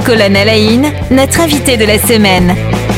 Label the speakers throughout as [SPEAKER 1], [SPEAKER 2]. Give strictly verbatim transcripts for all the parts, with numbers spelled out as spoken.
[SPEAKER 1] Colonne Alain, notre invité de la semaine.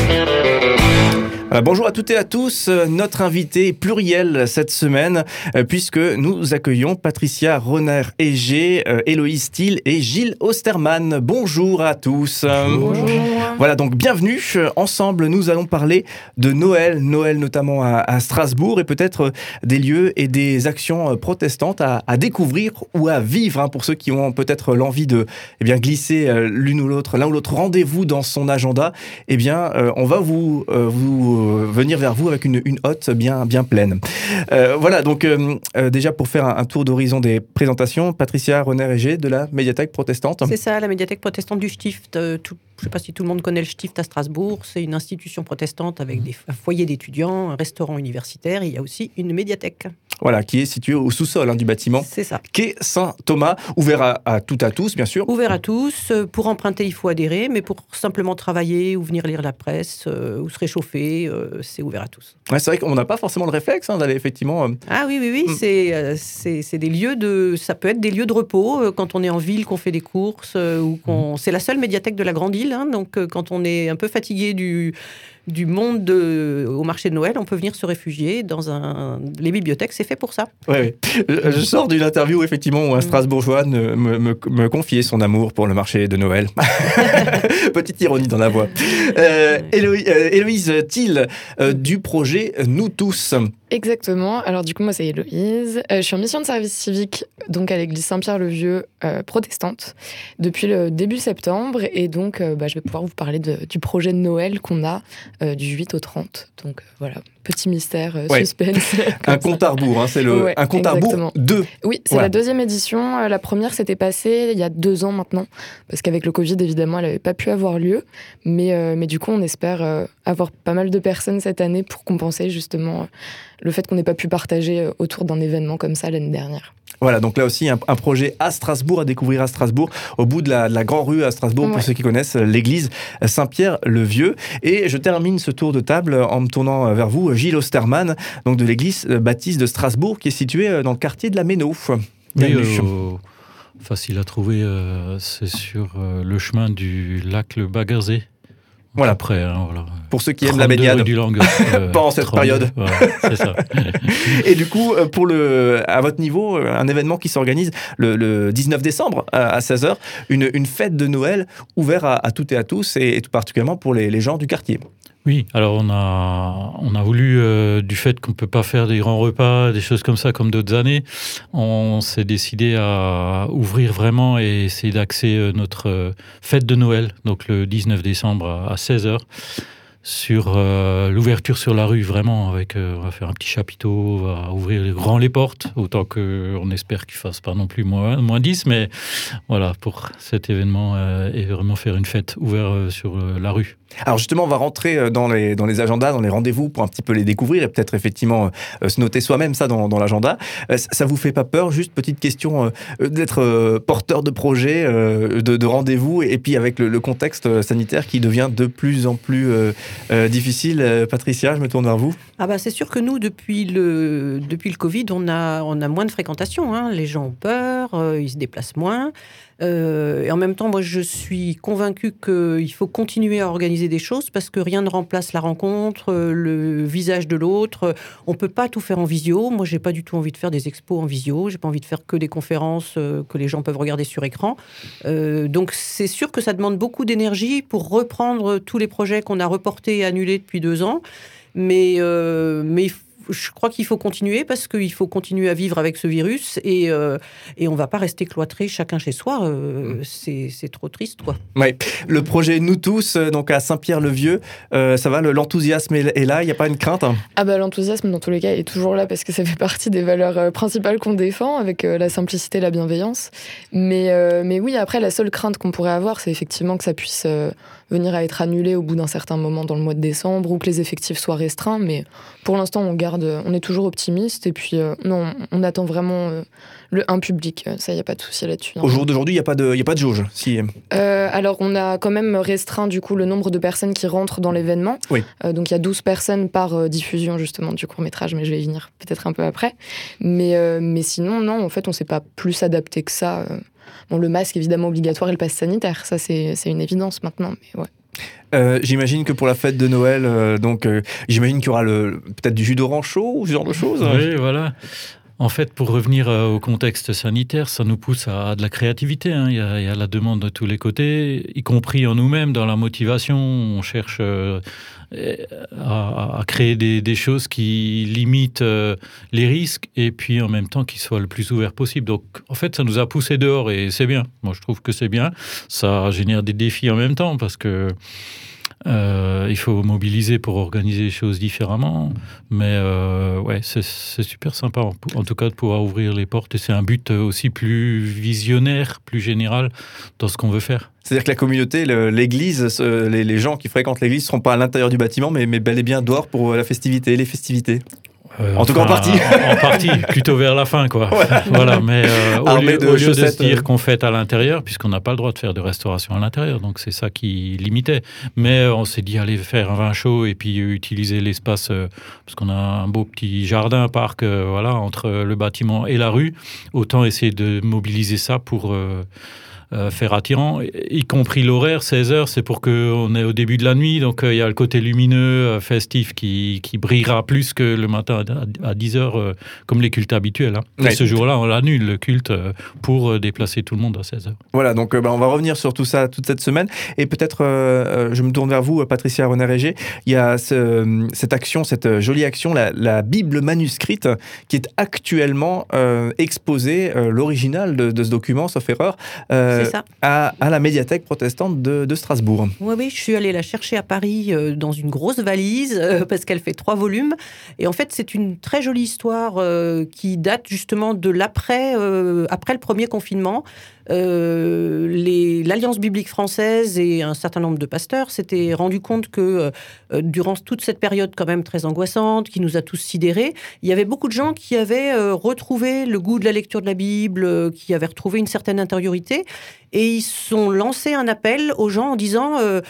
[SPEAKER 2] Euh, bonjour à toutes et à tous, euh, notre invité est pluriel cette semaine euh, puisque nous accueillons Patricia Renard-Egé, euh, Héloïse Thiel et Gilles Osterman. Bonjour à tous.
[SPEAKER 3] Bonjour.
[SPEAKER 2] Voilà, donc bienvenue. Ensemble, nous allons parler de Noël, Noël notamment à, à Strasbourg et peut-être des lieux et des actions protestantes à, à découvrir ou à vivre hein, pour ceux qui ont peut-être l'envie de eh bien, glisser euh, l'une ou l'autre, l'un ou l'autre rendez-vous dans son agenda. Eh bien, euh, on va vous, euh, vous venir vers vous avec une, une hotte bien, bien pleine. Euh, voilà, donc euh, euh, déjà pour faire un, un tour d'horizon des présentations, Patricia Renard-Egé de la médiathèque protestante.
[SPEAKER 3] C'est ça, la médiathèque protestante du Stift. Euh, tout, je ne sais pas si tout le monde connaît le Stift à Strasbourg. C'est une institution protestante avec des, un foyer d'étudiants, un restaurant universitaire. Et il y a aussi une médiathèque. Voilà,
[SPEAKER 2] qui est située au sous-sol hein, du bâtiment.
[SPEAKER 3] C'est ça.
[SPEAKER 2] Quai Saint-Thomas, ouvert à, à toutes à tous, bien sûr.
[SPEAKER 3] Ouvert à tous. Pour emprunter, il faut adhérer, mais pour simplement travailler ou venir lire la presse euh, ou se réchauffer, euh, c'est ouvert à tous.
[SPEAKER 2] Ouais, c'est vrai qu'on n'a pas forcément le réflexe hein, d'aller effectivement... Euh...
[SPEAKER 3] Ah oui, oui, oui. Mm. C'est, euh, c'est, c'est des lieux de... Ça peut être des lieux de repos euh, quand on est en ville, qu'on fait des courses. Euh, ou qu'on... Mm. C'est la seule médiathèque de la grande île. Hein, donc, euh, quand on est un peu fatigué du... du monde de, au marché de Noël, on peut venir se réfugier dans un... Les bibliothèques, c'est fait pour ça.
[SPEAKER 2] Oui, oui. Je, je sors d'une interview, effectivement, où un Strasbourgeois me, me, me confiait son amour pour le marché de Noël. Petite ironie dans la voix. Euh, Héloïse, euh, Héloïse Thiel, euh, du projet Nous Tous.
[SPEAKER 4] Exactement. Alors du coup, moi, c'est Héloïse. Euh, je suis en mission de service civique donc à l'église Saint-Pierre-le-Vieux euh, protestante depuis le début septembre. Et donc, euh, bah, je vais pouvoir vous parler de, du projet de Noël qu'on a euh, du huit au trente. Donc, euh, voilà, petit mystère, euh,
[SPEAKER 2] ouais.
[SPEAKER 4] suspense.
[SPEAKER 2] Un compte à rebours, hein, c'est le
[SPEAKER 4] ouais,
[SPEAKER 2] un compte à rebours deux.
[SPEAKER 4] Oui, c'est
[SPEAKER 2] voilà.
[SPEAKER 4] La deuxième édition. Euh, la première s'était passée il y a deux ans maintenant, parce qu'avec le Covid, évidemment, elle n'avait pas pu avoir lieu. Mais, euh, mais du coup, on espère euh, avoir pas mal de personnes cette année pour compenser justement... Euh, le fait qu'on n'ait pas pu partager autour d'un événement comme ça l'année dernière.
[SPEAKER 2] Voilà, donc là aussi, un, un projet à Strasbourg, à découvrir à Strasbourg, au bout de la, de la Grand Rue à Strasbourg, ouais. Pour ceux qui connaissent l'église Saint-Pierre-le-Vieux. Et je termine ce tour de table en me tournant vers vous, Gilles Osterman, donc de l'église baptiste de Strasbourg, qui est située dans le quartier de la Méno.
[SPEAKER 5] Oui, euh, facile à trouver, euh, c'est sur euh, le chemin du lac Le Baghersee.
[SPEAKER 2] Voilà.
[SPEAKER 5] Après, hein, voilà.
[SPEAKER 2] Pour ceux qui aiment la baignade euh, pendant cette période.
[SPEAKER 5] Voilà, c'est ça.
[SPEAKER 2] Et du coup, pour le, à votre niveau, un événement qui s'organise le, le dix-neuf décembre à seize heures, une, une fête de Noël ouverte à, à toutes et à tous, et, et tout particulièrement pour les, les gens du quartier.
[SPEAKER 5] Oui, alors on a, on a voulu, euh, du fait qu'on ne peut pas faire des grands repas, des choses comme ça comme d'autres années, on s'est décidé à ouvrir vraiment et essayer d'axer notre fête de Noël, donc le dix-neuf décembre à seize heures, sur euh, l'ouverture sur la rue, vraiment, avec, euh, on va faire un petit chapiteau, on va ouvrir grand les portes, autant qu'on espère qu'il ne fasse pas non plus moins, moins dix, mais voilà, pour cet événement, euh, et vraiment faire une fête ouverte euh, sur euh, la rue.
[SPEAKER 2] Alors justement, on va rentrer dans les, dans les agendas, dans les rendez-vous pour un petit peu les découvrir et peut-être effectivement euh, se noter soi-même ça dans, dans l'agenda. Euh, ça vous fait pas peur, juste petite question, euh, d'être euh, porteur de projet, euh, de, de rendez-vous et puis avec le, le contexte sanitaire qui devient de plus en plus euh, euh, difficile. Euh, Patricia, je me tourne vers vous.
[SPEAKER 3] Ah bah c'est sûr que nous, depuis le, depuis le Covid, on a, on a moins de fréquentation. Hein. Les gens ont peur, euh, ils se déplacent moins. Euh, et en même temps, moi, je suis convaincue qu'il faut continuer à organiser des choses parce que rien ne remplace la rencontre, le visage de l'autre. On peut pas tout faire en visio. Moi, j'ai pas du tout envie de faire des expos en visio. J'ai pas envie de faire que des conférences euh, que les gens peuvent regarder sur écran. Euh, donc, c'est sûr que ça demande beaucoup d'énergie pour reprendre tous les projets qu'on a reportés et annulés depuis deux ans. Mais, euh, mais je crois qu'il faut continuer parce qu'il faut continuer à vivre avec ce virus et, euh, et on ne va pas rester cloîtrés chacun chez soi. Euh, c'est, c'est trop triste, quoi.
[SPEAKER 2] Oui. Le projet Nous Tous, donc à Saint-Pierre-le-Vieux, euh, ça va, l'enthousiasme est là, il n'y a pas une crainte hein?
[SPEAKER 4] Ah bah, l'enthousiasme, dans tous les cas, est toujours là parce que ça fait partie des valeurs principales qu'on défend avec euh, la simplicité et la bienveillance. Mais, euh, mais oui, après, la seule crainte qu'on pourrait avoir, c'est effectivement que ça puisse euh, venir à être annulé au bout d'un certain moment dans le mois de décembre ou que les effectifs soient restreints. Mais pour l'instant, on garde, on est toujours optimiste et puis euh, non, on attend vraiment euh, le un public. Ça, il n'y a pas de souci là-dessus. Hein.
[SPEAKER 2] Au jour d'aujourd'hui, il n'y a pas de, il y a pas de jauge. Si.
[SPEAKER 4] Euh, alors, on a quand même restreint du coup le nombre de personnes qui rentrent dans l'événement.
[SPEAKER 2] Oui.
[SPEAKER 4] Euh, donc, il y a douze personnes par euh, diffusion justement du court métrage, mais je vais y venir peut-être un peu après. Mais, euh, mais sinon, non, en fait, on ne s'est pas plus adapté que ça. Euh, bon, le masque évidemment obligatoire et le pass sanitaire, ça c'est, c'est une évidence maintenant, mais ouais.
[SPEAKER 2] Euh, j'imagine que pour la fête de Noël, euh, donc euh, j'imagine qu'il y aura le, peut-être du jus d'orange chaud ou ce genre de choses.
[SPEAKER 5] Oui, voilà. En fait, pour revenir euh, au contexte sanitaire, ça nous pousse à, à de la créativité. Hein. Il y a, il y a la demande de tous les côtés, y compris en nous-mêmes, dans la motivation. On cherche euh, à, à créer des, des choses qui limitent euh, les risques et puis en même temps qui soient le plus ouverts possible. Donc, en fait, ça nous a poussé dehors et c'est bien. Moi, je trouve que c'est bien. Ça génère des défis en même temps parce que Euh, il faut mobiliser pour organiser les choses différemment, mais euh, ouais, c'est, c'est super sympa en, en tout cas de pouvoir ouvrir les portes et c'est un but aussi plus visionnaire, plus général dans ce qu'on veut faire.
[SPEAKER 2] C'est-à-dire que la communauté, le, l'église, ce, les, les gens qui fréquentent l'église ne seront pas à l'intérieur du bâtiment, mais, mais bel et bien dehors pour la festivité, les festivités.
[SPEAKER 5] Euh,
[SPEAKER 2] en tout cas, en partie.
[SPEAKER 5] En, en partie, plutôt vers la fin, quoi. Ouais. Voilà, mais euh, au lieu, de, au lieu de se dire euh... qu'on fête à l'intérieur, puisqu'on n'a pas le droit de faire de restauration à l'intérieur, donc c'est ça qui limitait. Mais euh, on s'est dit, allez faire un vin chaud et puis euh, utiliser l'espace, euh, parce qu'on a un beau petit jardin, parc, euh, voilà, entre le bâtiment et la rue. Autant essayer de mobiliser ça pour... Euh, Euh, faire attirant, y compris l'horaire, seize heures, c'est pour qu'on est au début de la nuit, donc il euh, y a le côté lumineux, euh, festif, qui, qui brillera plus que le matin à, à dix heures, euh, comme les cultes habituels. Hein. Ouais. Et ce jour-là, on l'annule, le culte, euh, pour euh, déplacer tout le monde à seize heures.
[SPEAKER 2] Voilà, donc euh, bah, on va revenir sur tout ça toute cette semaine, et peut-être, euh, je me tourne vers vous, Patricia Renard-Régé, il y a ce, cette action, cette jolie action, la, la Bible manuscrite, qui est actuellement euh, exposée, euh, l'original de, de ce document, sauf erreur, euh,
[SPEAKER 3] C'est ça.
[SPEAKER 2] À, à la médiathèque protestante de, de Strasbourg.
[SPEAKER 3] Oui, oui, je suis allée la chercher à Paris euh, dans une grosse valise euh, parce qu'elle fait trois volumes. Et en fait, c'est une très jolie histoire euh, qui date justement de l'après, euh, après le premier confinement. Euh, les, l'Alliance biblique française et un certain nombre de pasteurs s'étaient rendus compte que euh, durant toute cette période quand même très angoissante, qui nous a tous sidérés, il y avait beaucoup de gens qui avaient euh, retrouvé le goût de la lecture de la Bible, euh, qui avaient retrouvé une certaine intériorité, et ils ont lancé un appel aux gens en disant euh,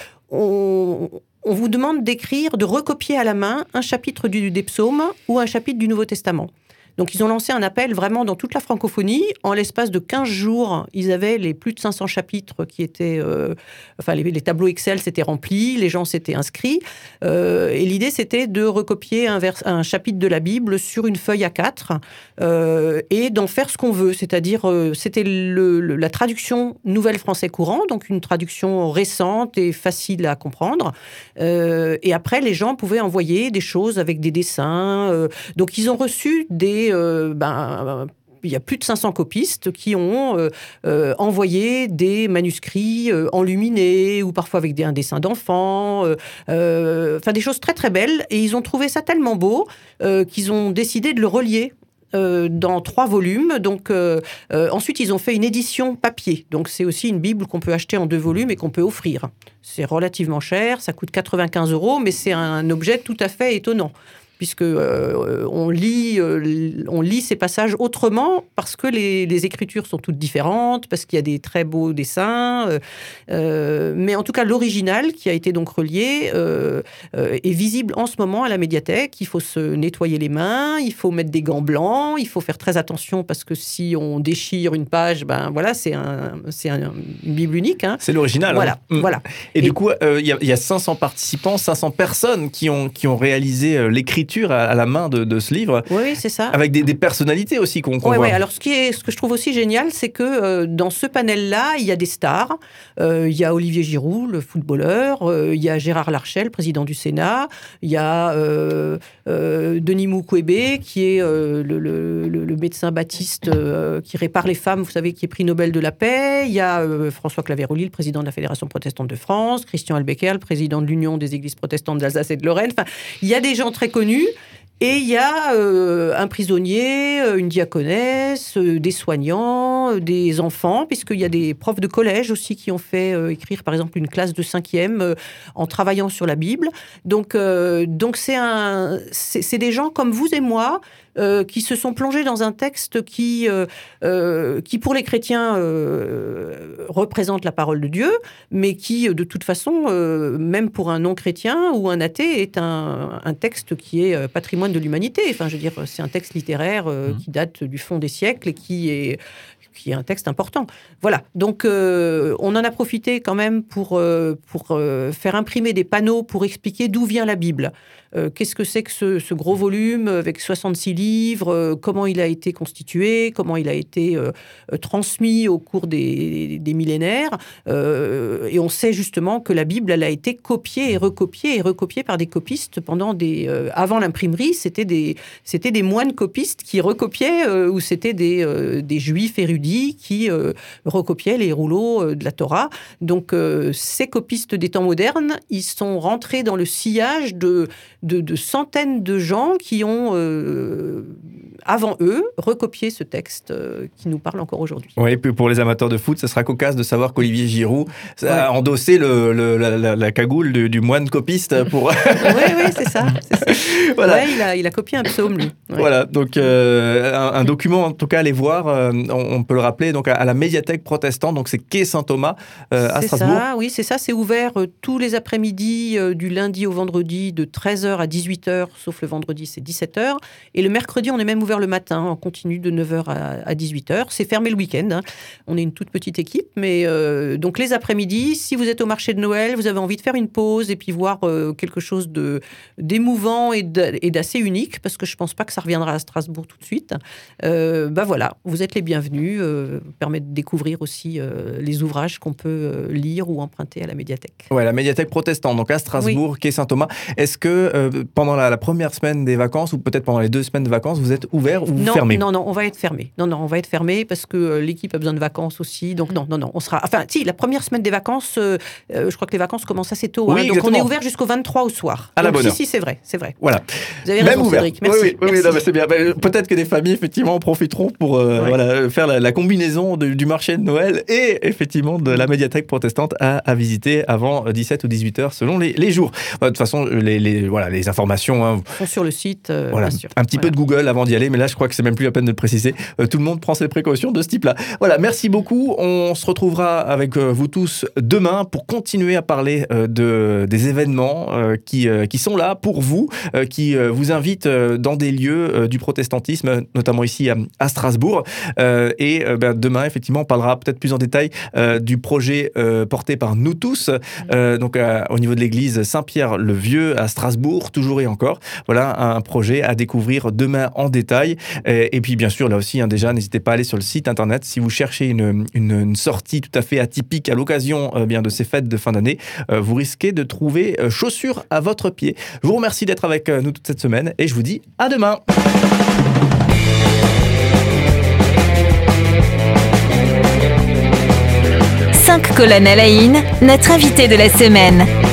[SPEAKER 3] on, on vous demande d'écrire, de recopier à la main un chapitre du, des psaumes ou un chapitre du Nouveau Testament. Donc, ils ont lancé un appel vraiment dans toute la francophonie. En l'espace de quinze jours, ils avaient les plus de cinq cents chapitres qui étaient... Euh, enfin, les, les tableaux Excel s'étaient remplis, les gens s'étaient inscrits. Euh, et l'idée, c'était de recopier un, vers, un chapitre de la Bible sur une feuille A quatre euh, et d'en faire ce qu'on veut. C'est-à-dire, euh, c'était le, le, la traduction Nouvelle Français Courant, donc une traduction récente et facile à comprendre. Euh, et après, les gens pouvaient envoyer des choses avec des dessins. Euh, donc, ils ont reçu des... Euh, ben, il y a plus de cinq cents copistes qui ont euh, euh, envoyé des manuscrits euh, enluminés ou parfois avec des, un dessin d'enfant, euh, euh, enfin des choses très très belles. Et ils ont trouvé ça tellement beau euh, qu'ils ont décidé de le relier Euh, dans trois volumes. Donc, euh, euh, ensuite, ils ont fait une édition papier. Donc, c'est aussi une Bible qu'on peut acheter en deux volumes et qu'on peut offrir. C'est relativement cher, ça coûte quatre-vingt-quinze euros, mais c'est un objet tout à fait étonnant, puisque euh, on lit, euh, on lit ces passages autrement parce que les, les écritures sont toutes différentes, parce qu'il y a des très beaux dessins. Euh, euh, mais en tout cas, l'original, qui a été donc relié, euh, euh, est visible en ce moment à la médiathèque. Il faut se nettoyer les mains, il faut mettre des gants blancs, il faut faire très attention parce que si on déchire une page, ben voilà, c'est, un, c'est un, une Bible unique. Hein.
[SPEAKER 2] C'est l'original.
[SPEAKER 3] Voilà,
[SPEAKER 2] hein. mmh.
[SPEAKER 3] voilà.
[SPEAKER 2] Et, Et du coup, il euh, y, y a cinq cents participants, cinq cents personnes qui ont, qui ont réalisé euh, l'écriture à la main de, de ce livre.
[SPEAKER 3] Oui, c'est ça.
[SPEAKER 2] Avec des, des personnalités aussi qu'on, qu'on
[SPEAKER 3] ouais,
[SPEAKER 2] voit.
[SPEAKER 3] Ouais. Alors, ce, qui est, ce que je trouve aussi génial, c'est que euh, dans ce panel-là, il y a des stars. Euh, il y a Olivier Giroud, le footballeur. Euh, il y a Gérard Larcher, le président du Sénat. Il y a euh, euh, Denis Mukwege, qui est euh, le, le, le médecin baptiste euh, qui répare les femmes, vous savez, qui est prix Nobel de la paix. Il y a euh, François Claveroli, le président de la Fédération protestante de France. Christian Albecker, le président de l'Union des églises protestantes d'Alsace et de Lorraine. Enfin, il y a des gens très connus. Et il y a euh, un prisonnier, une diaconesse, euh, des soignants, euh, des enfants, puisqu'il y a des profs de collège aussi qui ont fait euh, écrire, par exemple, une classe de cinquième euh, en travaillant sur la Bible. Donc, euh, donc c'est, un, c'est, c'est des gens comme vous et moi, euh, qui se sont plongés dans un texte qui, euh, euh, qui pour les chrétiens, euh, représente la parole de Dieu, mais qui, de toute façon, euh, même pour un non-chrétien ou un athée, est un, un texte qui est patrimoine de l'humanité. Enfin, je veux dire, c'est un texte littéraire euh, mmh. qui date du fond des siècles et qui est... qui est un texte important. Voilà, donc euh, on en a profité quand même pour, euh, pour euh, faire imprimer des panneaux pour expliquer d'où vient la Bible. Euh, qu'est-ce que c'est que ce, ce gros volume avec soixante-six livres, euh, comment il a été constitué, comment il a été euh, transmis au cours des, des millénaires. Euh, et on sait justement que la Bible, elle a été copiée et recopiée et recopiée par des copistes pendant des... Euh, avant l'imprimerie, c'était des, c'était des moines copistes qui recopiaient, euh, ou c'était des, euh, des juifs érudits qui euh, recopiaient les rouleaux euh, de la Torah. Donc, euh, ces copistes des temps modernes, ils sont rentrés dans le sillage de... De, de centaines de gens qui ont, euh, avant eux, recopié ce texte euh, qui nous parle encore aujourd'hui.
[SPEAKER 2] Oui, et puis pour les amateurs de foot, ça sera cocasse de savoir qu'Olivier Giroud ouais. a endossé le, le, la, la, la cagoule du, du moine copiste pour...
[SPEAKER 3] oui, oui, c'est ça. C'est ça. Voilà. Ouais, il, a, il a copié un psaume, lui. Ouais.
[SPEAKER 2] Voilà, donc euh, un, un document, en tout cas, à aller voir, euh, on, on peut le rappeler, donc à, à la médiathèque protestante, donc c'est quai Saint-Thomas euh, à
[SPEAKER 3] c'est
[SPEAKER 2] Strasbourg.
[SPEAKER 3] Ça, oui, c'est ça, c'est ouvert euh, tous les après-midi, euh, du lundi au vendredi, de treize heures à dix-huit heures, sauf le vendredi, c'est dix-sept heures. Et le mercredi, on est même ouvert le matin, on continue de neuf heures à dix-huit heures. C'est fermé le week-end, hein. On est une toute petite équipe, mais euh, donc les après-midi, si vous êtes au marché de Noël, vous avez envie de faire une pause et puis voir euh, quelque chose de, d'émouvant et, de, et d'assez unique, parce que je ne pense pas que ça reviendra à Strasbourg tout de suite, euh, ben voilà, vous êtes les bienvenus, euh, permet de découvrir aussi euh, les ouvrages qu'on peut euh, lire ou emprunter à la médiathèque.
[SPEAKER 2] Ouais, la médiathèque protestante, donc à Strasbourg, oui. quai Saint-Thomas. Est-ce que euh, pendant la, la première semaine des vacances, ou peut-être pendant les deux semaines de vacances, vous êtes ouvert ou
[SPEAKER 3] non,
[SPEAKER 2] fermé?
[SPEAKER 3] Non, non, on va être fermé. Non, non, on va être fermé parce que euh, l'équipe a besoin de vacances aussi. Donc non, non, non, on sera... Enfin, si, la première semaine des vacances, euh, euh, je crois que les vacances commencent assez tôt.
[SPEAKER 2] Oui,
[SPEAKER 3] hein, donc
[SPEAKER 2] exactement.
[SPEAKER 3] on est ouvert jusqu'au vingt-trois au soir.
[SPEAKER 2] À la bonne heure.
[SPEAKER 3] Si, si, c'est vrai, c'est vrai.
[SPEAKER 2] Voilà.
[SPEAKER 3] Vous avez raison,
[SPEAKER 2] Même ouvert.
[SPEAKER 3] Cédric. Merci.
[SPEAKER 2] Oui, oui,
[SPEAKER 3] merci.
[SPEAKER 2] oui non, mais c'est bien. Peut-être que des familles, effectivement, en profiteront pour euh, ouais. voilà, faire la, la combinaison de, du marché de Noël et, effectivement, de la médiathèque protestante à, à visiter avant dix-sept ou dix-huit heures, selon les, les jours. De toute façon, les, les, voilà, les informations... Hein,
[SPEAKER 3] sont sur le site, euh,
[SPEAKER 2] voilà,
[SPEAKER 3] bien sûr.
[SPEAKER 2] Un petit
[SPEAKER 3] voilà.
[SPEAKER 2] peu de Google avant d'y aller, mais là, je crois que c'est même plus la peine de le préciser. Euh, tout le monde prend ses précautions de ce type-là. Voilà, merci beaucoup. On se retrouvera avec euh, vous tous demain pour continuer à parler euh, de, des événements euh, qui, euh, qui sont là pour vous, euh, qui euh, vous invitent euh, dans des lieux euh, du protestantisme, notamment ici à, à Strasbourg. Euh, et euh, ben, demain, effectivement, on parlera peut-être plus en détail euh, du projet euh, porté par nous tous, euh, donc euh, au niveau de l'église Saint-Pierre-le-Vieux à Strasbourg, toujours et encore. Voilà un projet à découvrir demain en détail. Et, et puis, bien sûr, là aussi, hein, déjà, n'hésitez pas à aller sur le site internet si vous cherchez une, une, une sortie tout à fait atypique à l'occasion euh, bien de ces fêtes de fin d'année. Euh, vous risquez de trouver euh, chaussures à votre pied. Je vous remercie d'être avec euh, nous toute cette semaine et je vous dis à demain.
[SPEAKER 1] cinq colonnes à la in, notre invité de la semaine.